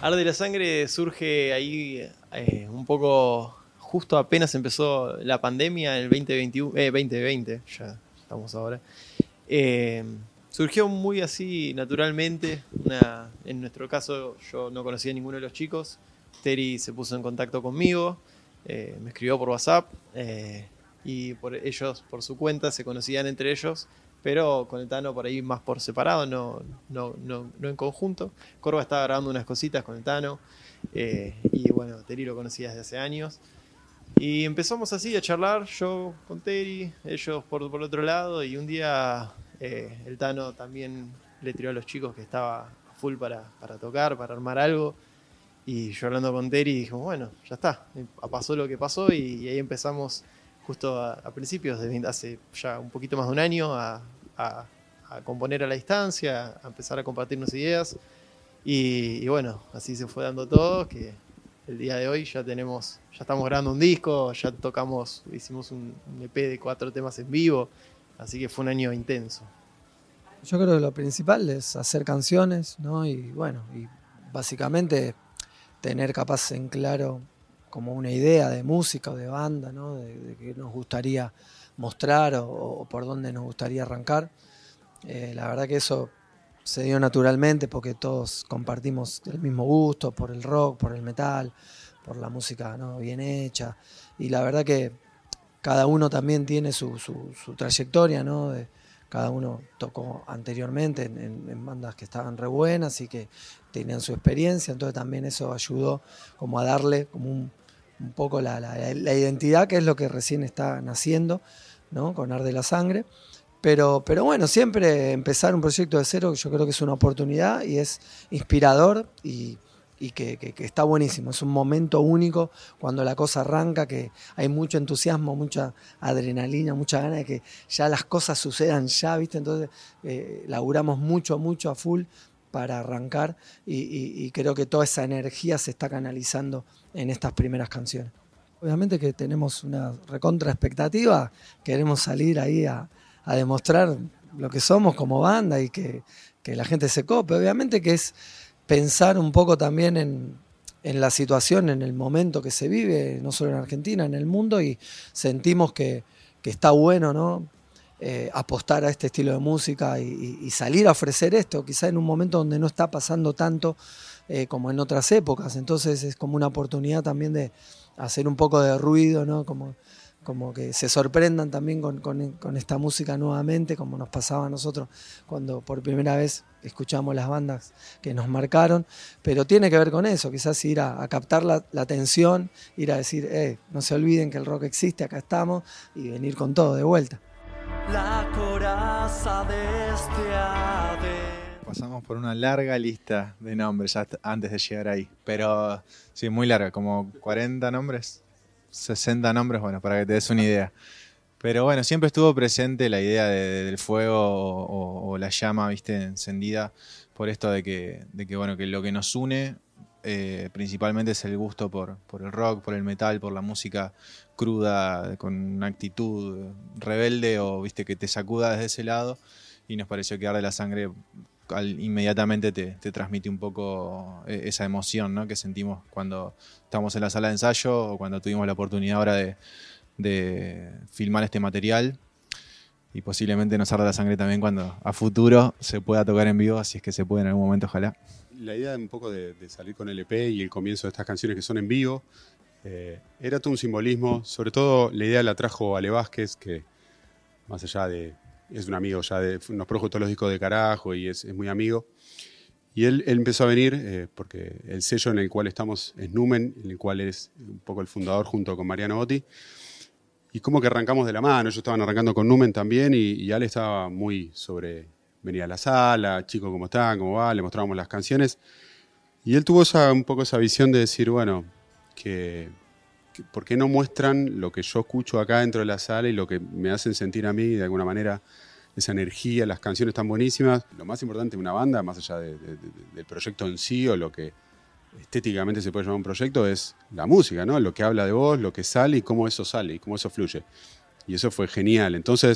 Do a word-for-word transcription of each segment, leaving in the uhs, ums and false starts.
Arde la Sangre surge ahí eh, un poco, justo apenas empezó la pandemia, el veinte veintiuno, eh, veinte veinte, ya estamos ahora. Eh, surgió muy así naturalmente. Una, en nuestro caso yo no conocía a ninguno de los chicos. Teri se puso en contacto conmigo, eh, me escribió por WhatsApp eh, y por ellos, por su cuenta, se conocían entre ellos, pero con el Tano por ahí más por separado, no, no, no, no en conjunto. Corva estaba grabando unas cositas con el Tano eh, y bueno, Teri lo conocía desde hace años. Y empezamos así a charlar, yo con Teri, ellos por, por otro lado, y un día eh, el Tano también le tiró a los chicos que estaba full para, para tocar, para armar algo. Y yo hablando con Teri dijimos, bueno, ya está, pasó lo que pasó y, y ahí empezamos justo a, a principios de hace ya un poquito más de un año a, a, a componer a la distancia, a empezar a compartirnos ideas y, y bueno, así se fue dando todo, que el día de hoy ya tenemos, ya estamos grabando un disco, ya tocamos, hicimos un, un E P de cuatro temas en vivo, así que fue un año intenso. Yo creo que lo principal es hacer canciones, ¿no? Y bueno, y básicamente tener capaz en claro como una idea de música o de banda, ¿no? De, de qué nos gustaría mostrar o, o por dónde nos gustaría arrancar. Eh, la verdad que eso se dio naturalmente porque todos compartimos el mismo gusto por el rock, por el metal, por la música, ¿no? Bien hecha. Y la verdad que cada uno también tiene su, su, su trayectoria, ¿no? De, cada uno tocó anteriormente en, en, en bandas que estaban re buenas y que tenían su experiencia, entonces también eso ayudó como a darle como un, un poco la, la, la identidad, que es lo que recién está naciendo, ¿no? Con Arde la Sangre. Pero, pero bueno, siempre empezar un proyecto de cero yo creo que es una oportunidad y es inspirador y, y que, que, que está buenísimo. Es un momento único cuando la cosa arranca, que hay mucho entusiasmo, mucha adrenalina, mucha ganas de que ya las cosas sucedan ya, ¿viste? Entonces eh, laburamos mucho, mucho a full para arrancar y, y, y creo que toda esa energía se está canalizando en estas primeras canciones. Obviamente que tenemos una recontra expectativa, queremos salir ahí a, a demostrar lo que somos como banda y que, que la gente se cope. Obviamente que es pensar un poco también en, en la situación, en el momento que se vive, no solo en Argentina, en el mundo, y sentimos que, que está bueno, ¿no? Eh, apostar a este estilo de música y, y, y salir a ofrecer esto, quizá en un momento donde no está pasando tanto eh, como en otras épocas. Entonces es como una oportunidad también de hacer un poco de ruido, ¿no? Como, como que se sorprendan también con, con, con esta música nuevamente, como nos pasaba a nosotros cuando por primera vez escuchamos las bandas que nos marcaron, pero tiene que ver con eso, quizás ir a, a captar la, la atención, ir a decir, eh, no se olviden que el rock existe, acá estamos, y venir con todo de vuelta. La coraza de este ave. Pasamos por una larga lista de nombres antes de llegar ahí, pero sí, muy larga, como cuarenta nombres, sesenta nombres, bueno, para que te des una idea. Pero bueno, siempre estuvo presente la idea de, de, del fuego o, o, o la llama, viste, encendida por esto de que, de que bueno, que lo que nos une eh, principalmente es el gusto por, por el rock, por el metal, por la música cruda, con una actitud rebelde o viste que te sacuda desde ese lado, y nos pareció que Arde la Sangre al, inmediatamente te, te transmite un poco esa emoción, ¿no? Que sentimos cuando estamos en la sala de ensayo o cuando tuvimos la oportunidad ahora de, de filmar este material, y posiblemente nos arda la sangre también cuando a futuro se pueda tocar en vivo, si es que se puede en algún momento, ojalá. La idea un poco de, de salir con el E P y el comienzo de estas canciones que son en vivo eh, era todo un simbolismo. Sobre todo la idea la trajo Ale Vázquez, que más allá de es un amigo ya, de, nos produjo todos los discos de Carajo y es, es muy amigo. Y él, él empezó a venir eh, porque el sello en el cual estamos es Numen, en el cual es un poco el fundador junto con Mariano Botti. Y como que arrancamos de la mano, ellos estaban arrancando con Numen también, y, y Ale estaba muy sobre venir a la sala, chicos, ¿cómo están? ¿Cómo va? Le mostrábamos las canciones. Y él tuvo esa, un poco esa visión de decir, bueno, que, que ¿por qué no muestran lo que yo escucho acá dentro de la sala y lo que me hacen sentir a mí de alguna manera? Esa energía, las canciones están buenísimas. Lo más importante de una banda, más allá de, de, de, del proyecto en sí o lo que estéticamente se puede llamar un proyecto, es la música, ¿no? Lo que habla de vos, lo que sale y cómo eso sale y cómo eso fluye. Y eso fue genial. Entonces,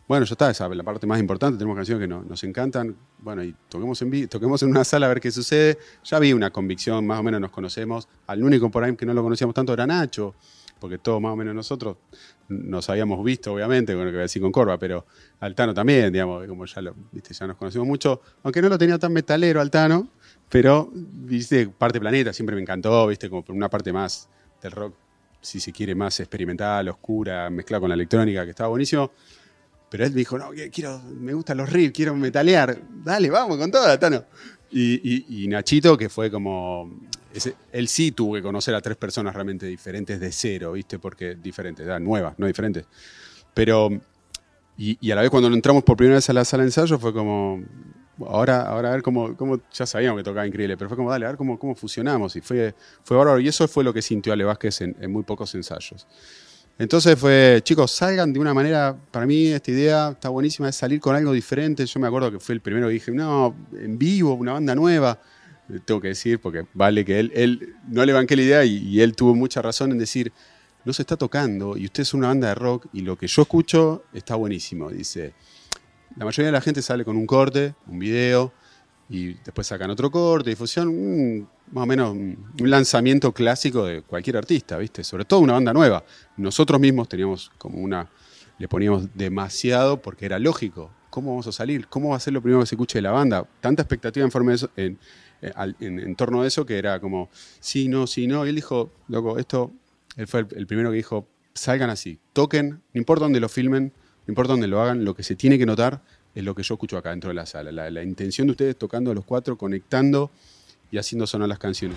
bueno, ya está, esa es la parte más importante, tenemos canciones que no, nos encantan, bueno, y toquemos en, vi- toquemos en una sala a ver qué sucede. Ya había una convicción, más o menos nos conocemos. Al único por ahí que no lo conocíamos tanto era Nacho, porque todos más o menos nosotros nos habíamos visto, obviamente, con lo que voy a decir con Corva, pero Altano también, digamos, como ya, lo, viste, ya nos conocemos mucho, aunque no lo tenía tan metalero Altano, pero, viste, parte Planeta siempre me encantó, viste, como por una parte más del rock, si se quiere, más experimental, oscura, mezclada con la electrónica, que estaba buenísimo. Pero él me dijo, no, quiero, me gustan los riffs, quiero metalear. Dale, vamos con todo, Tano. Y, y, y Nachito, que fue como... Ese, él sí tuvo que conocer a tres personas realmente diferentes de cero, ¿viste? Porque diferentes, ah, nuevas, no diferentes. Pero... Y, y a la vez cuando entramos por primera vez a la sala de ensayo fue como... Ahora, ahora a ver cómo, cómo... Ya sabíamos que tocaba increíble, pero fue como, dale, a ver cómo, cómo fusionamos. Y fue, fue bárbaro. Y eso fue lo que sintió Ale Vázquez en, en muy pocos ensayos. Entonces fue, chicos, salgan de una manera, para mí esta idea está buenísima, es salir con algo diferente. Yo me acuerdo que fue el primero que dije, no, en vivo, una banda nueva. Tengo que decir, porque vale que él, él no le banqué la idea y, y él tuvo mucha razón en decir, no se está tocando y usted es una banda de rock y lo que yo escucho está buenísimo. Dice, la mayoría de la gente sale con un corte, un video, y después sacan otro corte, difusión, un, más o menos un lanzamiento clásico de cualquier artista, ¿viste? Sobre todo una banda nueva. Nosotros mismos teníamos como una... Le poníamos demasiado porque era lógico. ¿Cómo vamos a salir? ¿Cómo va a ser lo primero que se escuche de la banda? Tanta expectativa en, forma de eso, en, en, en torno a eso que era como, sí, no, sí, no. Y él dijo, loco, esto... Él fue el, el primero que dijo, salgan así, toquen, no importa dónde lo filmen, no importa dónde lo hagan, lo que se tiene que notar es lo que yo escucho acá dentro de la sala. La, la intención de ustedes tocando a los cuatro, conectando y haciendo sonar las canciones.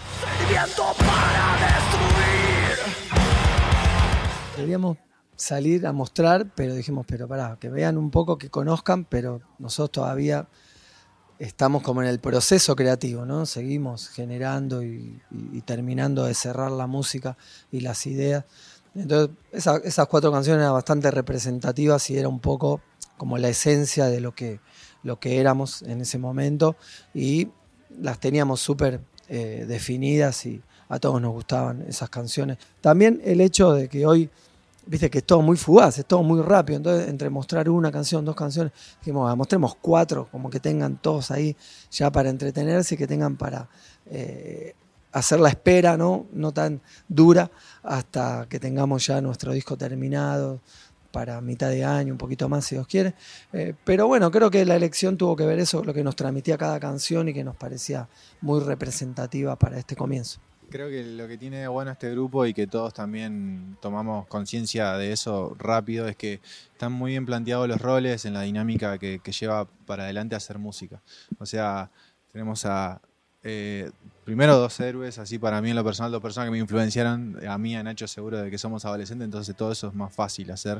Queríamos salir a mostrar, pero dijimos, pero pará, que vean un poco, que conozcan, pero nosotros todavía estamos como en el proceso creativo, ¿no? Seguimos generando y, y, y terminando de cerrar la música y las ideas. Entonces, esa, esas cuatro canciones eran bastante representativas y era un poco como la esencia de lo que, lo que éramos en ese momento y las teníamos súper eh, definidas y a todos nos gustaban esas canciones. También el hecho de que hoy, viste que es todo muy fugaz, es todo muy rápido, entonces entre mostrar una canción, dos canciones, dijimos, ah, mostremos cuatro, como que tengan todos ahí ya para entretenerse y que tengan para eh, hacer la espera, ¿no? No tan dura hasta que tengamos ya nuestro disco terminado, para mitad de año, un poquito más si Dios quiere. Eh, pero bueno, creo que la elección tuvo que ver eso, lo que nos transmitía cada canción y que nos parecía muy representativa para este comienzo. Creo que lo que tiene de bueno este grupo y que todos también tomamos conciencia de eso rápido es que están muy bien planteados los roles en la dinámica que, que lleva para adelante a hacer música. O sea, tenemos a... Eh, primero dos héroes, así para mí en lo personal, dos personas que me influenciaron, a mí y a Nacho seguro de que somos adolescentes, entonces todo eso es más fácil hacer.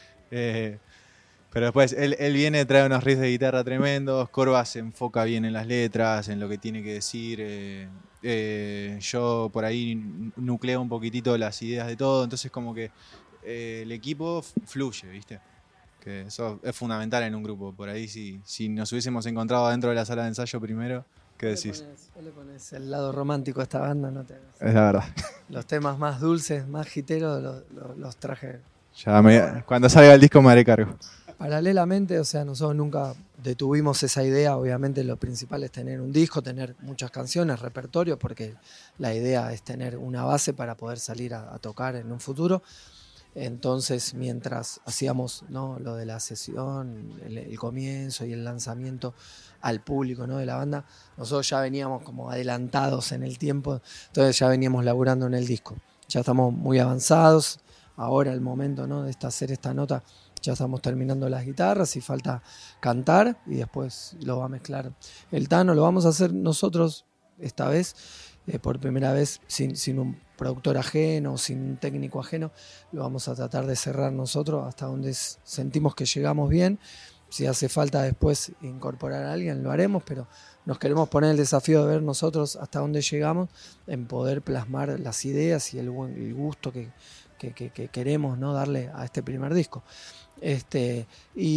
Eh, pero después él, él viene, trae unos riffs de guitarra tremendos, Corva se enfoca bien en las letras, en lo que tiene que decir, eh, eh, yo por ahí nucleo un poquitito las ideas de todo, entonces como que eh, el equipo fluye, ¿viste? Que eso es fundamental en un grupo, por ahí si, si nos hubiésemos encontrado dentro de la sala de ensayo primero, ¿qué decís? Vos le pones el lado romántico a esta banda, no te hagas. Es la verdad. Los temas más dulces, más jiteros, los, los, los traje. Ya me, cuando salga el disco me haré cargo. Paralelamente, o sea, nosotros nunca detuvimos esa idea. Obviamente lo principal es tener un disco, tener muchas canciones, repertorio, porque la idea es tener una base para poder salir a, a tocar en un futuro. Entonces, mientras hacíamos, ¿no?, lo de la sesión, el, el comienzo y el lanzamiento al público, ¿no?, de la banda, nosotros ya veníamos como adelantados en el tiempo, entonces ya veníamos laburando en el disco. Ya estamos muy avanzados, ahora el momento, ¿no?, de esta, hacer esta nota, ya estamos terminando las guitarras y falta cantar y después lo va a mezclar el Tano. Lo vamos a hacer nosotros esta vez, eh, por primera vez sin, sin un productor ajeno, sin un técnico ajeno. Lo vamos a tratar de cerrar nosotros hasta donde sentimos que llegamos bien. Si hace falta después incorporar a alguien, lo haremos, pero nos queremos poner el desafío de ver nosotros hasta dónde llegamos en poder plasmar las ideas y el, buen, el gusto que, que, que, que queremos, ¿no?, darle a este primer disco. Este,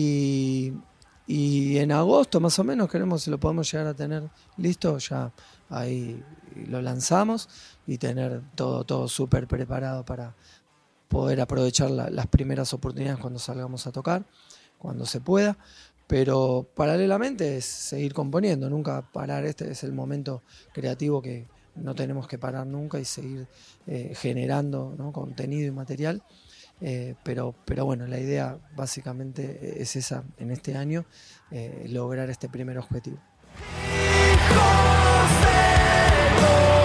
y, y en agosto más o menos queremos, si lo podemos llegar a tener listo, ya ahí lo lanzamos y tener todo, todo súper preparado para poder aprovechar la, las primeras oportunidades cuando salgamos a tocar. cuando se pueda, pero paralelamente es seguir componiendo, nunca parar. Este es el momento creativo que no tenemos que parar nunca y seguir eh, generando, ¿no?, contenido y material. Eh, pero, pero bueno, la idea básicamente es esa en este año, eh, lograr este primer objetivo. Hijos de